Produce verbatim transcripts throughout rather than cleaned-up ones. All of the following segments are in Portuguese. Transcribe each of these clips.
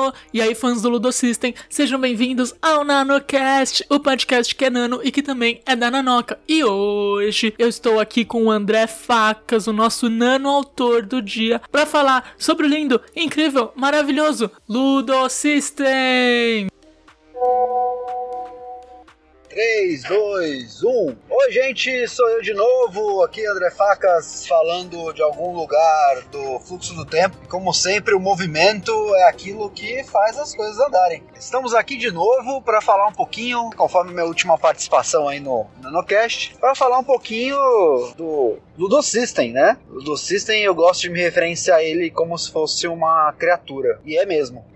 E aí, fãs do Ludo System, sejam bem-vindos ao NanoCast, o podcast que é nano e que também é da Nanoca. E hoje eu estou aqui com o André Facas, o nosso nano autor do dia, para falar sobre o lindo, incrível, maravilhoso Ludo System. três, dois, um. Oi, gente, sou eu de novo, aqui André Facas, falando de algum lugar do fluxo do tempo. E como sempre, o movimento é aquilo que faz as coisas andarem. Estamos aqui de novo para falar um pouquinho, conforme minha última participação aí no NanoCast, para falar um pouquinho do Ludo System, né? Ludo System, eu gosto de me referenciar a ele como se fosse uma criatura. E é mesmo,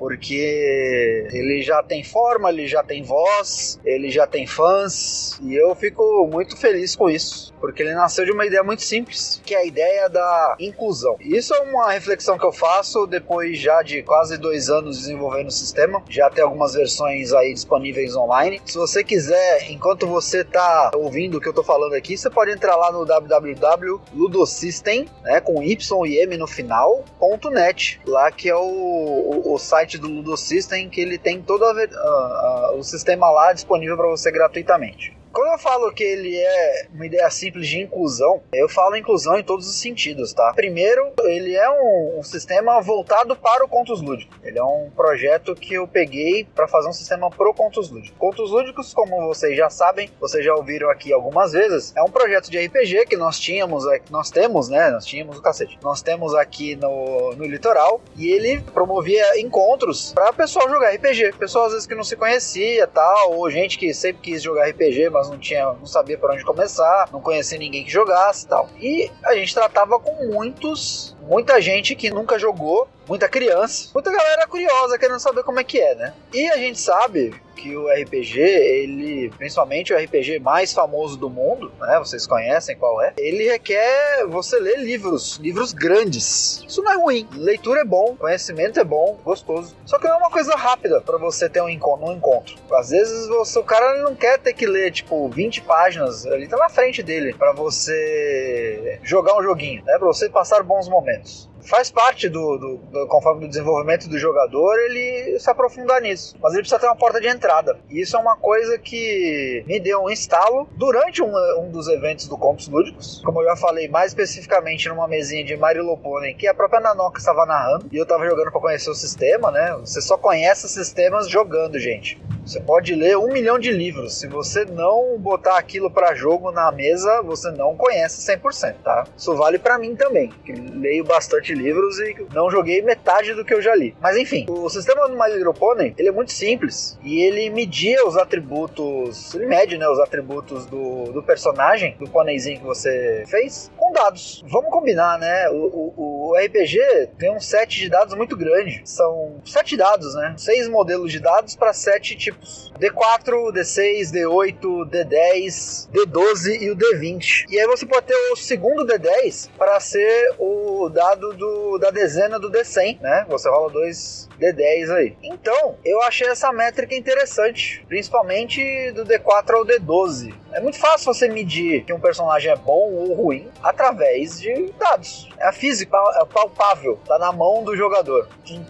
porque ele já tem forma, ele já tem voz, ele já tem fã, e eu fico muito feliz com isso, porque ele nasceu de uma ideia muito simples, que é a ideia da inclusão. Isso é uma reflexão que eu faço depois já de quase dois anos desenvolvendo o sistema. Já tem algumas versões aí disponíveis online. Se você quiser, enquanto você está ouvindo o que eu estou falando aqui, você pode entrar lá no w w w ponto ludosystem, né, com Y e M no final, ponto net, lá que é o, o, o site do Ludo System, que ele tem todo a, a, a, o sistema lá disponível para você gratuitamente. Quando eu falo que ele é uma ideia simples de inclusão, eu falo inclusão em todos os sentidos, tá? Primeiro, ele é um, um sistema voltado para o Contos Lúdicos. Ele é um projeto que eu peguei para fazer um sistema pro Contos Lúdicos. Contos Lúdicos, como vocês já sabem, vocês já ouviram aqui algumas vezes, é um projeto de R P G que nós tínhamos, nós temos, né? Nós tínhamos o cacete. Nós temos aqui no, no litoral, e ele promovia encontros para pessoal jogar R P G. Pessoal às vezes que não se conhecia, tal, ou gente que sempre quis jogar R P G, mas não tinha, não sabia por onde começar, não conhecia ninguém que jogasse e tal. E a gente tratava com muitos, muita gente que nunca jogou, muita criança, muita galera curiosa querendo saber como é que é, né? E a gente sabe que o R P G, ele, principalmente o R P G mais famoso do mundo, né? Vocês conhecem qual é? Ele requer você ler livros, livros grandes. Isso não é ruim. Leitura é bom, conhecimento é bom, gostoso. Só que não é uma coisa rápida pra você ter um encontro. Um encontro. Às vezes você, o cara não quer ter que ler, tipo, vinte páginas, ele tá na frente dele, pra você jogar um joguinho, né? Pra você passar bons momentos. Faz parte do, do, do, conforme do desenvolvimento do jogador, ele se aprofundar nisso. Mas ele precisa ter uma porta de entrada. E isso é uma coisa que me deu um estalo durante um, um dos eventos do Contos Lúdicos. Como eu já falei, mais especificamente numa mesinha de My Little Pony, que a própria Nanoca estava narrando. E eu estava jogando para conhecer o sistema, né? Você só conhece os sistemas jogando, gente. Você pode ler um milhão de livros. Se você não botar aquilo para jogo na mesa, você não conhece cem por cento, tá? Isso vale para mim também, que leio bastante livros e não joguei metade do que eu já li. Mas enfim, o sistema do My Little Pony, ele é muito simples e ele media os atributos, ele mede, né, os atributos do, do personagem, do pôneizinho que você fez, com dados. Vamos combinar, né? O, o, o R P G tem um set de dados muito grande. São sete dados, né? Seis modelos de dados para sete tipos. D quatro, D seis, D oito, D dez, D doze e o D vinte. E aí você pode ter o segundo D dez para ser o dado do, da dezena do D cem, né? Você rola dois D dez aí. Então, eu achei essa métrica interessante, principalmente do D quatro ao D doze. É muito fácil você medir que um personagem é bom ou ruim através de dados. É a física, é palpável, tá na mão do jogador.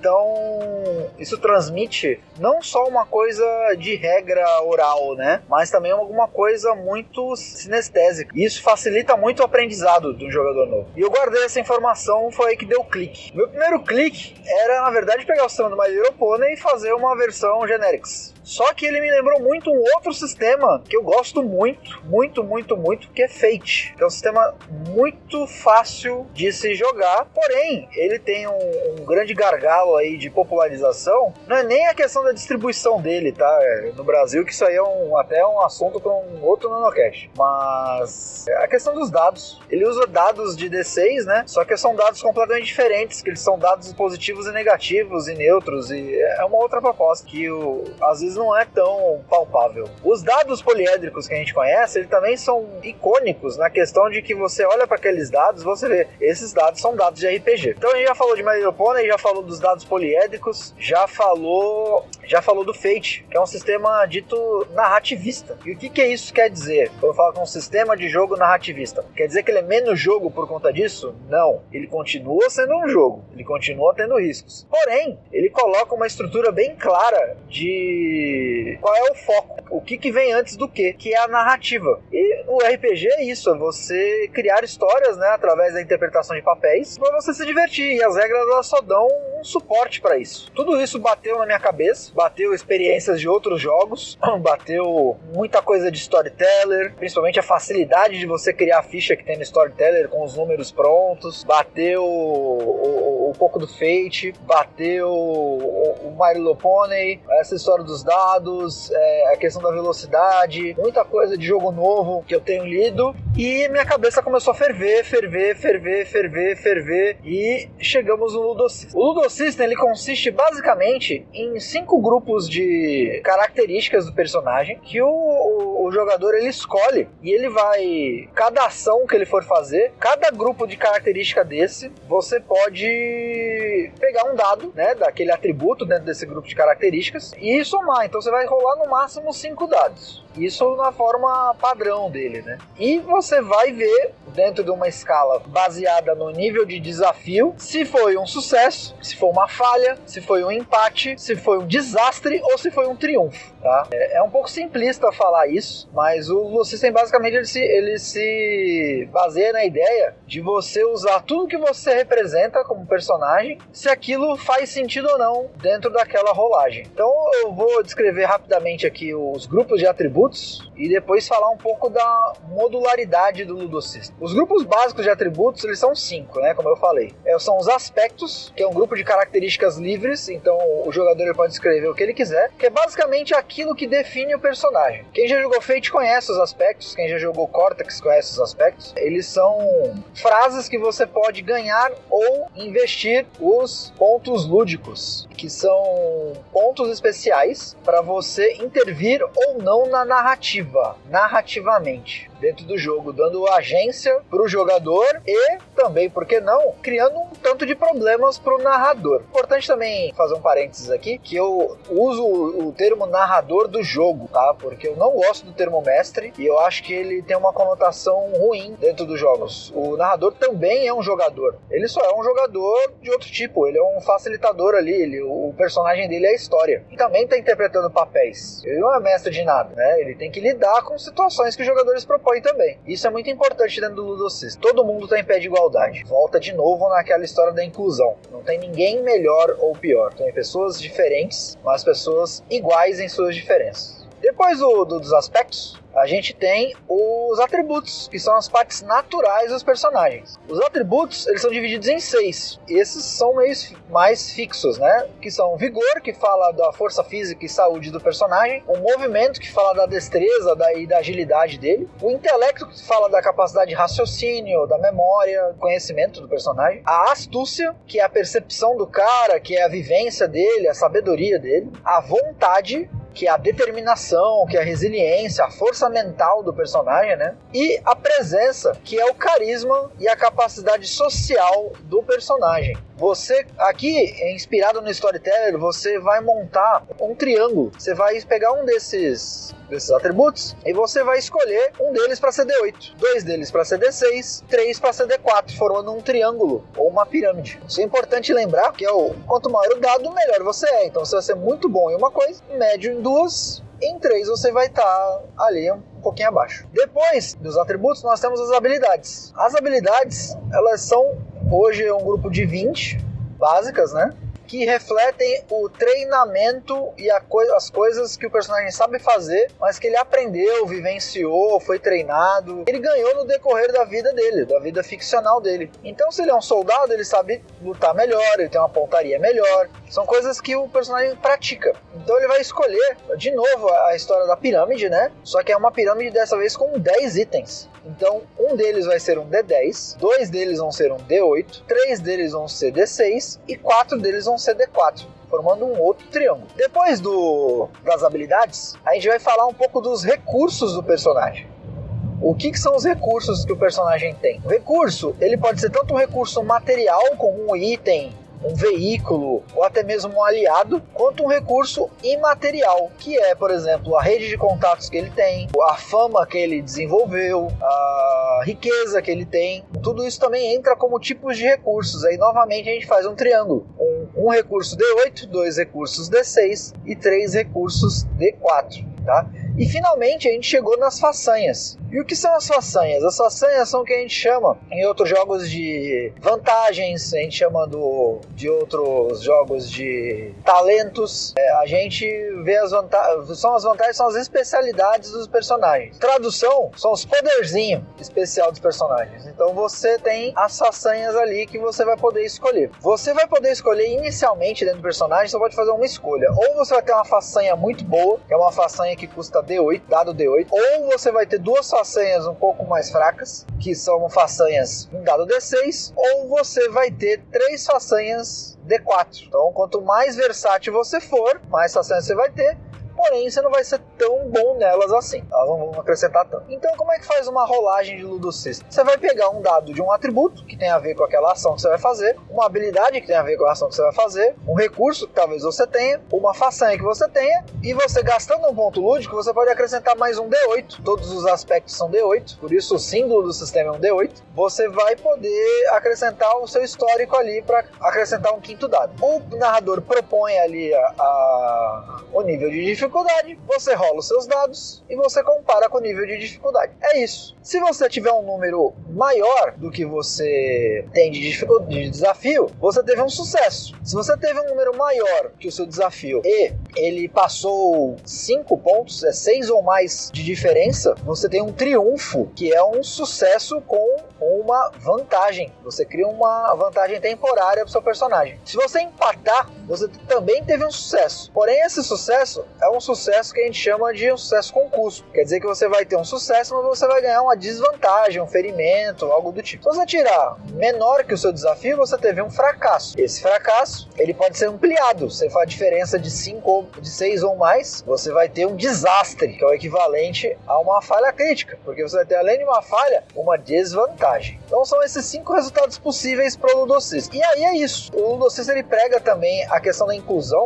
Então, isso transmite não só uma coisa de regra oral, né? Mas também alguma coisa muito sinestésica. E isso facilita muito o aprendizado de um jogador novo. E eu guardei essa informação, foi aí que deu clique. Meu primeiro clique era, na verdade, pegar o sistema do My Little Pony e fazer uma versão generics. Só que ele me lembrou muito um outro sistema que eu gosto muito, muito, muito, muito, que é Fate. Que é um sistema muito fácil de se jogar, porém, ele tem um, um grande gargalo aí de popularização. Não é nem a questão da distribuição dele, tá? No Brasil, que isso aí é um, até um assunto para um outro NanoCast. Mas a questão dos dados. Ele usa dados de D seis, né? Só que são dados completamente diferentes, que eles são dados positivos e negativos e neutros, e é uma outra proposta que o, às vezes não é tão palpável. Os dados poliédricos que a gente conhece, eles também são icônicos na questão de que você olha para aqueles dados, você vê, esses dados são dados de R P G. Então a gente já falou de My Little Pony, já falou dos dados poliédricos, já falou, já falou do Fate, que é um sistema dito narrativista. E o que que isso quer dizer? Quando eu falo que é um sistema de jogo narrativista, quer dizer que ele é menos jogo por conta disso? Não. Ele continua sendo um jogo, ele continua tendo riscos. Porém, ele coloca uma estrutura bem clara de qual é o foco, o que que vem antes do que, que é a narrativa. E o R P G é isso, é você criar histórias, né, através da interpretação de papéis, para você se divertir, e as regras elas só dão um suporte para isso. Tudo isso bateu na minha cabeça, bateu experiências de outros jogos, bateu muita coisa de storyteller, principalmente a facilidade de você criar a ficha que tem no storyteller com os números prontos, bateu um pouco do Fate, bateu o My Little Pony, essa história dos dados, é, a questão da velocidade, muita coisa de jogo novo que eu tenho lido, e minha cabeça começou a ferver, ferver, ferver, ferver, ferver, e chegamos no Ludo System. O Ludo System, ele consiste basicamente em cinco grupos de características do personagem que o, o, o jogador ele escolhe, e ele vai, cada ação que ele for fazer, cada grupo de característica desse, você pode pegar um dado, né, daquele atributo dentro desse grupo de características e somar. Então você vai rolar no máximo cinco dados. Isso na forma padrão dele, né? E você vai ver, dentro de uma escala baseada no nível de desafio, se foi um sucesso, se foi uma falha, se foi um empate, se foi um desastre ou se foi um triunfo, tá? É, é um pouco simplista falar isso, mas o Ludo System basicamente ele se, ele se baseia na ideia de você usar tudo que você representa como personagem, se aquilo faz sentido ou não dentro daquela rolagem. Então eu vou descrever rapidamente aqui os grupos de atributos e depois falar um pouco da modularidade do Ludo System. Os grupos básicos de atributos, eles são cinco, né, como eu falei. É, são os aspectos, que é um grupo de características livres, então o jogador ele pode escrever o que ele quiser, que é basicamente aquilo que define o personagem. Quem já jogou Fate conhece os aspectos, quem já jogou Cortex conhece os aspectos. Eles são frases que você pode ganhar ou investir os pontos lúdicos, que são pontos especiais para você intervir ou não na narrativa, narrativamente, dentro do jogo, dando agência para o jogador e também, por que não, criando um tanto de problemas para o narrador. Importante também fazer um parênteses aqui, que eu uso o termo narrador do jogo, tá? Porque eu não gosto do termo mestre e eu acho que ele tem uma conotação ruim dentro dos jogos. O narrador também é um jogador. Ele só é um jogador de outro tipo, ele é um facilitador ali, ele, o personagem dele é a história. E também está interpretando papéis. Ele não é mestre de nada, né? Ele tem que lidar com situações que os jogadores propõem também. Isso é muito importante dentro do Ludo System. Todo mundo está em pé de igualdade. Volta de novo naquela história da inclusão. Não tem ninguém melhor ou pior. Tem pessoas diferentes, mas pessoas iguais em suas diferenças. Depois do, do, dos aspectos, a gente tem os atributos, que são as partes naturais dos personagens. Os atributos, eles são divididos em seis. Esses são meio mais fixos, né? Que são o vigor, que fala da força física e saúde do personagem. O movimento, que fala da destreza da, e da agilidade dele. O intelecto, que fala da capacidade de raciocínio, da memória, conhecimento do personagem. A astúcia, que é a percepção do cara, que é a vivência dele, a sabedoria dele. A vontade, que é a determinação, que é a resiliência, a força mental do personagem, né? E a presença, que é o carisma e a capacidade social do personagem. Você, aqui, inspirado no Storyteller, você vai montar um triângulo. Você vai pegar um desses, desses atributos e você vai escolher um deles para C D oito, dois deles para C D seis, três para C D quatro, formando um triângulo ou uma pirâmide. Isso é importante lembrar, que é o quanto maior o dado, melhor você é. Então você vai ser muito bom em uma coisa, médio em duas, em três você vai estar tá ali um pouquinho abaixo. Depois dos atributos, nós temos as habilidades. As habilidades, elas são, hoje, um grupo de vinte básicas, né? Que refletem o treinamento e a coi- as coisas que o personagem sabe fazer, mas que ele aprendeu, vivenciou, foi treinado. Ele ganhou no decorrer da vida dele, da vida ficcional dele. Então, se ele é um soldado, ele sabe lutar melhor, ele tem uma pontaria melhor. São coisas que o personagem pratica. Então ele vai escolher, de novo, a história da pirâmide, né? Só que é uma pirâmide dessa vez com dez itens. Então, um deles vai ser um D dez, dois deles vão ser um D oito, três deles vão ser D seis e quatro deles vão ser D quatro. formando um outro triângulo. Depois do, das habilidades, a gente vai falar um pouco dos recursos do personagem. O que, que são os recursos que o personagem tem? O recurso, ele pode ser tanto um recurso material, como um item, um veículo ou até mesmo um aliado, quanto um recurso imaterial, que é, por exemplo, a rede de contatos que ele tem, a fama que ele desenvolveu, a riqueza que ele tem. Tudo isso também entra como tipos de recursos. Aí novamente a gente faz um triângulo, um, um recurso D oito, dois recursos D seis e três recursos D quatro, tá? E finalmente a gente chegou nas façanhas. E o que são as façanhas? As façanhas são o que a gente chama em outros jogos de vantagens, a gente chama do, de outros jogos de talentos. É, a gente vê as vantagens, são as vantagens, são as especialidades dos personagens. Tradução são os poderzinhos especial dos personagens. Então você tem as façanhas ali que você vai poder escolher. Você vai poder escolher inicialmente dentro do personagem, você pode fazer uma escolha. Ou você vai ter uma façanha muito boa, que é uma façanha que custa D oito, dado D oito, ou você vai ter duas façanhas um pouco mais fracas, que são façanhas um dado D seis, ou você vai ter três façanhas D quatro. Então, quanto mais versátil você for, mais façanhas você vai ter, porém você não vai ser tão bom nelas assim, elas não vão acrescentar tanto. Então como é que faz uma rolagem de Ludo System? Você vai pegar um dado de um atributo que tem a ver com aquela ação que você vai fazer, uma habilidade que tem a ver com a ação que você vai fazer, um recurso que talvez você tenha, uma façanha que você tenha, e você gastando um ponto lúdico, você pode acrescentar mais um D oito, todos os aspectos são D oito, por isso o símbolo do sistema é um D oito, você vai poder acrescentar o seu histórico ali para acrescentar um quinto dado. O narrador propõe ali a, a, o nível de dificuldade, você rola os seus dados e você compara com o nível de dificuldade. É isso. Se você tiver um número maior do que você tem de, de desafio, você teve um sucesso. Se você teve um número maior que o seu desafio e ele passou cinco pontos, é seis ou mais de diferença, você tem um triunfo, que é um sucesso com uma vantagem. Você cria uma vantagem temporária para o seu personagem. Se você empatar, você também teve um sucesso. Porém, esse sucesso é um sucesso que a gente chama de um sucesso com custo. Quer dizer que você vai ter um sucesso, mas você vai ganhar uma desvantagem, um ferimento, algo do tipo. Se você tirar menor que o seu desafio, você teve um fracasso. Esse fracasso, ele pode ser ampliado. Você faz a diferença de cinco, de seis ou mais, você vai ter um desastre, que é o equivalente a uma falha crítica, porque você vai ter, além de uma falha, uma desvantagem. Então são esses cinco resultados possíveis para o Ludo System. E aí é isso. O Ludo System, ele prega também a questão da inclusão,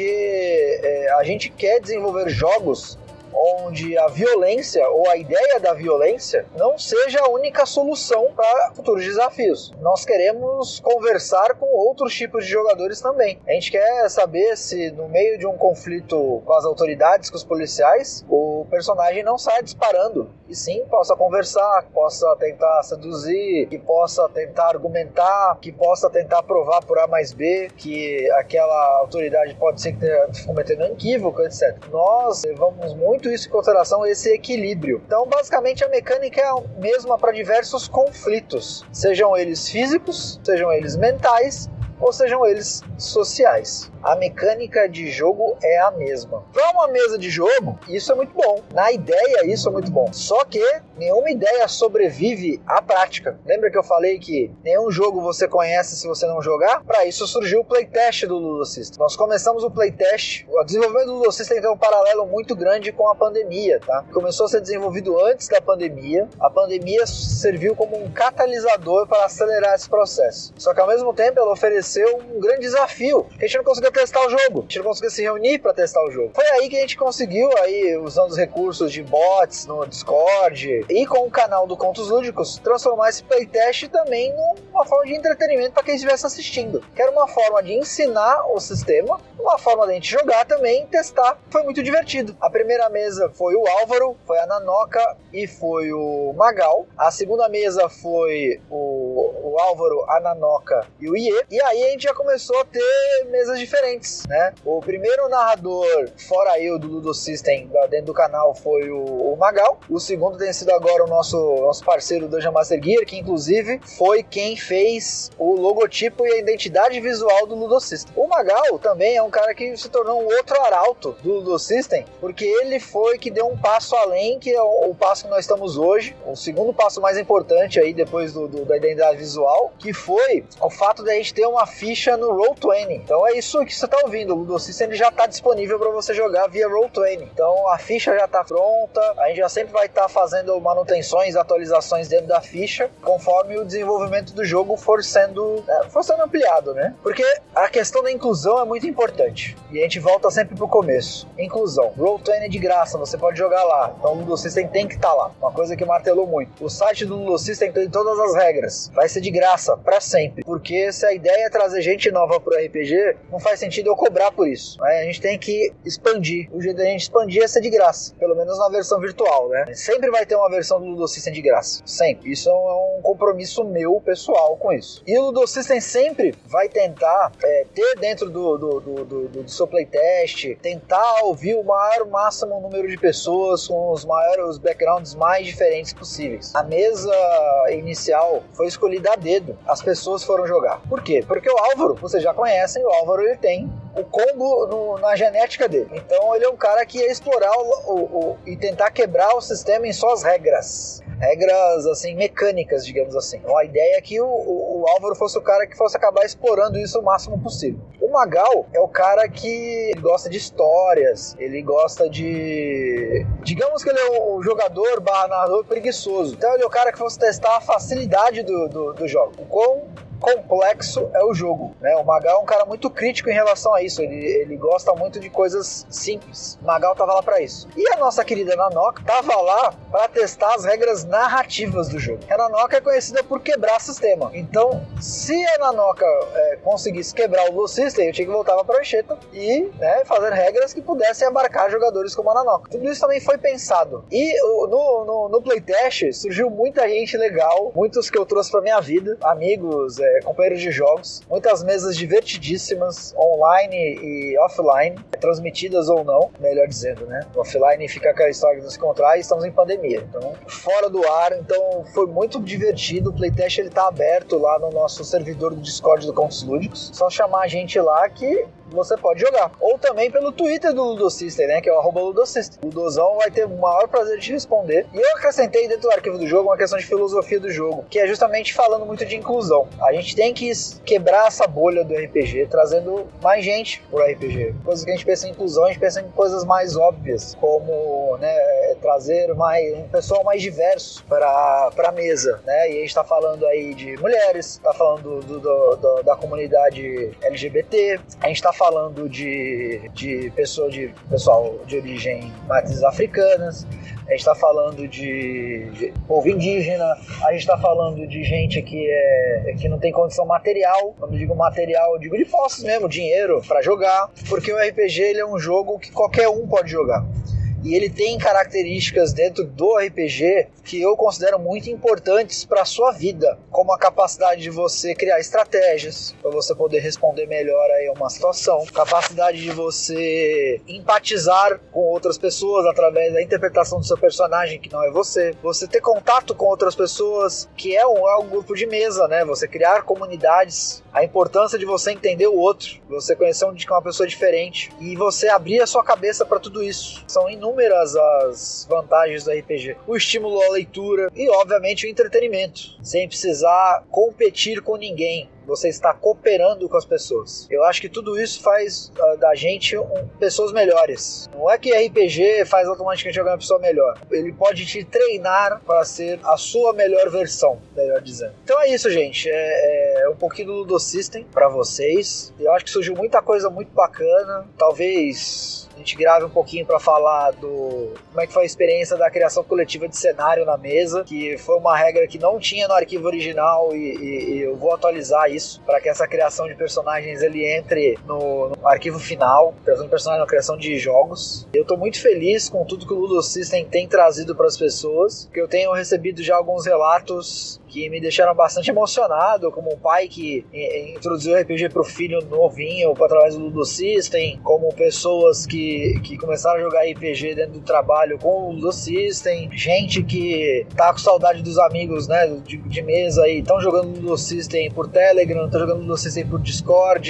porque é, a gente quer desenvolver jogos onde a violência ou a ideia da violência não seja a única solução para futuros desafios. Nós queremos conversar com outros tipos de jogadores também. A gente quer saber se no meio de um conflito com as autoridades, com os policiais, o personagem não saia disparando, e sim possa conversar, possa tentar seduzir, que possa tentar argumentar, que possa tentar provar por A mais B que aquela autoridade pode ser que esteja cometendo um equívoco, etcétera. Nós levamos muito isso em consideração, esse equilíbrio. Então, basicamente, a mecânica é a mesma para diversos conflitos, sejam eles físicos, sejam eles mentais, ou sejam eles sociais. A mecânica de jogo é a mesma. Para uma mesa de jogo, isso é muito bom. Na ideia, isso é muito bom. Só que nenhuma ideia sobrevive à prática. Lembra que eu falei que nenhum jogo você conhece se você não jogar? Para isso surgiu o playtest do Ludo System. Nós começamos o playtest. O desenvolvimento do Ludo System tem um paralelo muito grande com a pandemia, tá? Começou a ser desenvolvido antes da pandemia. A pandemia serviu como um catalisador para acelerar esse processo. Só que ao mesmo tempo ela ofereceu um grande desafio, que a gente não conseguia testar o jogo, a gente não conseguia se reunir para testar o jogo. Foi aí que a gente conseguiu, aí, usando os recursos de bots no Discord e com o canal do Contos Lúdicos, transformar esse playtest também numa forma de entretenimento para quem estivesse assistindo, que era uma forma de ensinar o sistema, uma forma de a gente jogar também, testar. Foi muito divertido. A primeira mesa foi o Álvaro, foi a Nanoca e foi o Magal. A segunda mesa foi o, o Álvaro, a Nanoca e o Iê. E aí a gente já começou a ter mesas diferentes, né? O primeiro narrador, fora eu, do Ludo System, dentro do canal, foi o, o Magal. O segundo tem sido agora o nosso, nosso parceiro Dungeon Master Gear, que inclusive foi quem fez o logotipo e a identidade visual do Ludo System. O Magal também é um um cara que se tornou um outro arauto do Ludo System, porque ele foi que deu um passo além, que é o, o passo que nós estamos hoje, o segundo passo mais importante aí depois do, do, da identidade visual, que foi o fato de a gente ter uma ficha no Roll vinte. Então é isso que você está ouvindo, o Ludo System ele já está disponível para você jogar via Roll vinte. Então a ficha já está pronta, a gente já sempre vai estar tá fazendo manutenções, atualizações dentro da ficha, conforme o desenvolvimento do jogo for sendo, é, for sendo ampliado, né? Porque a questão da inclusão é muito importante. E a gente volta sempre pro começo. Inclusão. Roll vinte é de graça, você pode jogar lá. Então o Ludo System tem que estar tá lá. Uma coisa que martelou muito. O site do Ludo System tem todas as regras. Vai ser de graça, pra sempre. Porque se a ideia é trazer gente nova pro R P G, não faz sentido eu cobrar por isso. Né? A gente tem que expandir. O jeito da gente expandir é ser de graça. Pelo menos na versão virtual, né? Sempre vai ter uma versão do Ludo System de graça. Sempre. Isso é um compromisso meu, pessoal, com isso. E o Ludo System sempre vai tentar é, ter dentro do, do, do, do, do seu playtest, tentar ouvir o maior máximo número de pessoas com os maiores os backgrounds mais diferentes possíveis. A mesa inicial foi escolhida a dedo. As pessoas foram jogar. Por quê? Porque o Álvaro, vocês já conhecem, o Álvaro ele tem o combo no, na genética dele. Então ele é um cara que ia explorar o, o, o, e tentar quebrar o sistema em suas regras. Regras, assim, mecânicas, digamos assim. Então a ideia é que o, o, o Álvaro fosse o cara que fosse acabar explorando isso o máximo possível. O Magal é o cara que gosta de histórias, ele gosta de... Digamos que ele é o jogador barra narrador preguiçoso. Então ele é o cara que fosse testar a facilidade do, do, do jogo. O quão complexo é o jogo, né? O Magal é um cara muito crítico em relação a isso, ele, ele gosta muito de coisas simples. O Magal tava lá pra isso. E a nossa querida Nanoka tava lá pra testar as regras narrativas do jogo. A Nanoka é conhecida por quebrar sistema. Então, se a Nanoka é, conseguisse quebrar o Ludo System, eu tinha que voltar pra prancheta e né, fazer regras que pudessem abarcar jogadores como a Nanoka. Tudo isso também foi pensado. E o, no, no, no playtest surgiu muita gente legal, muitos que eu trouxe pra minha vida, amigos, é, É, companheiros de jogos, muitas mesas divertidíssimas, online e offline, transmitidas ou não, melhor dizendo, né? Offline fica aquela história de nos encontrar e estamos em pandemia, então fora do ar, então foi muito divertido. O playtest ele tá aberto lá no nosso servidor do Discord do Contos Lúdicos, só chamar a gente lá que você pode jogar. Ou também pelo Twitter do Ludo System, né? Que é o arroba Ludo System. O Ludozão vai ter o maior prazer de te responder. E eu acrescentei dentro do arquivo do jogo uma questão de filosofia do jogo, que é justamente falando muito de inclusão. A gente tem que quebrar essa bolha do R P G, trazendo mais gente pro R P G. Coisas que a gente pensa em inclusão, a gente pensa em coisas mais óbvias, como né, trazer mais, um pessoal mais diverso para a mesa, né? E a gente tá falando aí de mulheres, tá falando do, do, do, da comunidade L G B T, a gente tá falando de, de, pessoa, de pessoal de origem matrizes africanas, a gente está falando de, de povo indígena, a gente está falando de gente que, é, que não tem condição material. Quando eu digo material, eu digo de posses mesmo, dinheiro para jogar, porque o R P G ele é um jogo que qualquer um pode jogar. E ele tem características dentro do R P G que eu considero muito importantes para a sua vida, como a capacidade de você criar estratégias, para você poder responder melhor aí a uma situação, capacidade de você empatizar com outras pessoas através da interpretação do seu personagem, que não é você, você ter contato com outras pessoas, que é um, é um grupo de mesa, né? Você criar comunidades, a importância de você entender o outro, você conhecer uma pessoa diferente e você abrir a sua cabeça para tudo isso. São inúmeras inúmeras as vantagens do R P G. O estímulo à leitura e, obviamente, o entretenimento. Sem precisar competir com ninguém. Você está cooperando com as pessoas. Eu acho que tudo isso faz uh, da gente um, pessoas melhores. Não é que R P G faz automaticamente jogar uma pessoa melhor. Ele pode te treinar para ser a sua melhor versão, melhor dizendo. Então é isso, gente. É, é um pouquinho do Ludo System para vocês. Eu acho que surgiu muita coisa muito bacana. Talvez a gente grave um pouquinho para falar do como é que foi a experiência da criação coletiva de cenário na mesa, que foi uma regra que não tinha no arquivo original e, e, e eu vou atualizar isso para que essa criação de personagens ele entre no, no arquivo final, criação de personagens, na criação de jogos. Eu tô muito feliz com tudo que o Ludo System tem trazido para as pessoas, porque eu tenho recebido já alguns relatos que me deixaram bastante emocionado, como um pai que e, introduziu o R P G pro filho novinho através do Ludo System, como pessoas que, que começaram a jogar R P G dentro do trabalho com o Ludo System, gente que tá com saudade dos amigos, né, de, de mesa e estão jogando Ludo System por Telegram, estão jogando Ludo System por Discord,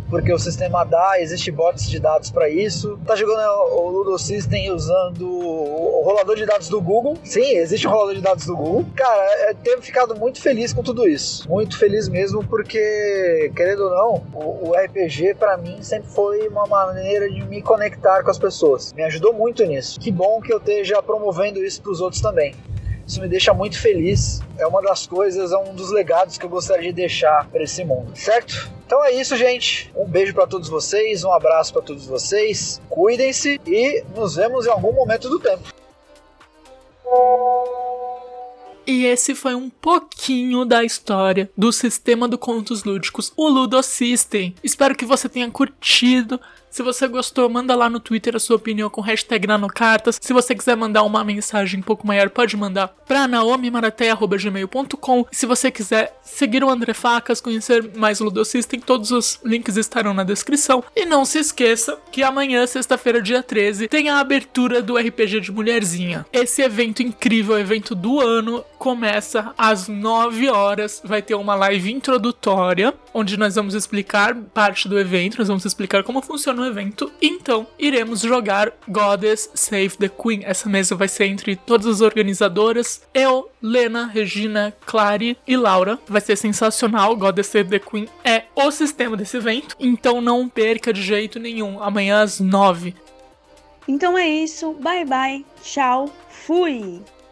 porque o sistema dá, existe bots de dados para isso. Tá jogando o Ludo System usando o rolador de dados do Google. Sim, existe um rolador de dados do Google. Cara, eu tenho ficado muito feliz com tudo isso. Muito feliz mesmo, porque, querendo ou não, o, o R P G para mim sempre foi uma maneira de me conectar com as pessoas. Me ajudou muito nisso. Que bom que eu esteja promovendo isso pros outros também. Isso me deixa muito feliz. É uma das coisas, é um dos legados que eu gostaria de deixar para esse mundo, certo? Então é isso, gente. Um beijo para todos vocês, um abraço para todos vocês. Cuidem-se e nos vemos em algum momento do tempo. E esse foi um pouquinho da história do sistema do Contos Lúdicos, o Ludo System. Espero que você tenha curtido. Se você gostou, manda lá no Twitter a sua opinião com hashtag nanocartas. Se você quiser mandar uma mensagem um pouco maior, pode mandar para naomi maraté arroba gmail ponto com. Se você quiser seguir o André Facas, conhecer mais o Ludo System, todos os links estarão na descrição. E não se esqueça que amanhã, sexta-feira, dia treze, tem a abertura do R P G de Mulherzinha. Esse evento incrível, evento do ano, começa às nove horas. Vai ter uma live introdutória, onde nós vamos explicar parte do evento, nós vamos explicar como funciona o evento. Então, iremos jogar Goddess Save the Queen. Essa mesa vai ser entre todas as organizadoras. Eu, Lena, Regina, Clary e Laura. Vai ser sensacional. Goddess Save the Queen é o sistema desse evento. Então não perca de jeito nenhum. Amanhã às nove. Então é isso. Bye bye. Tchau. Fui.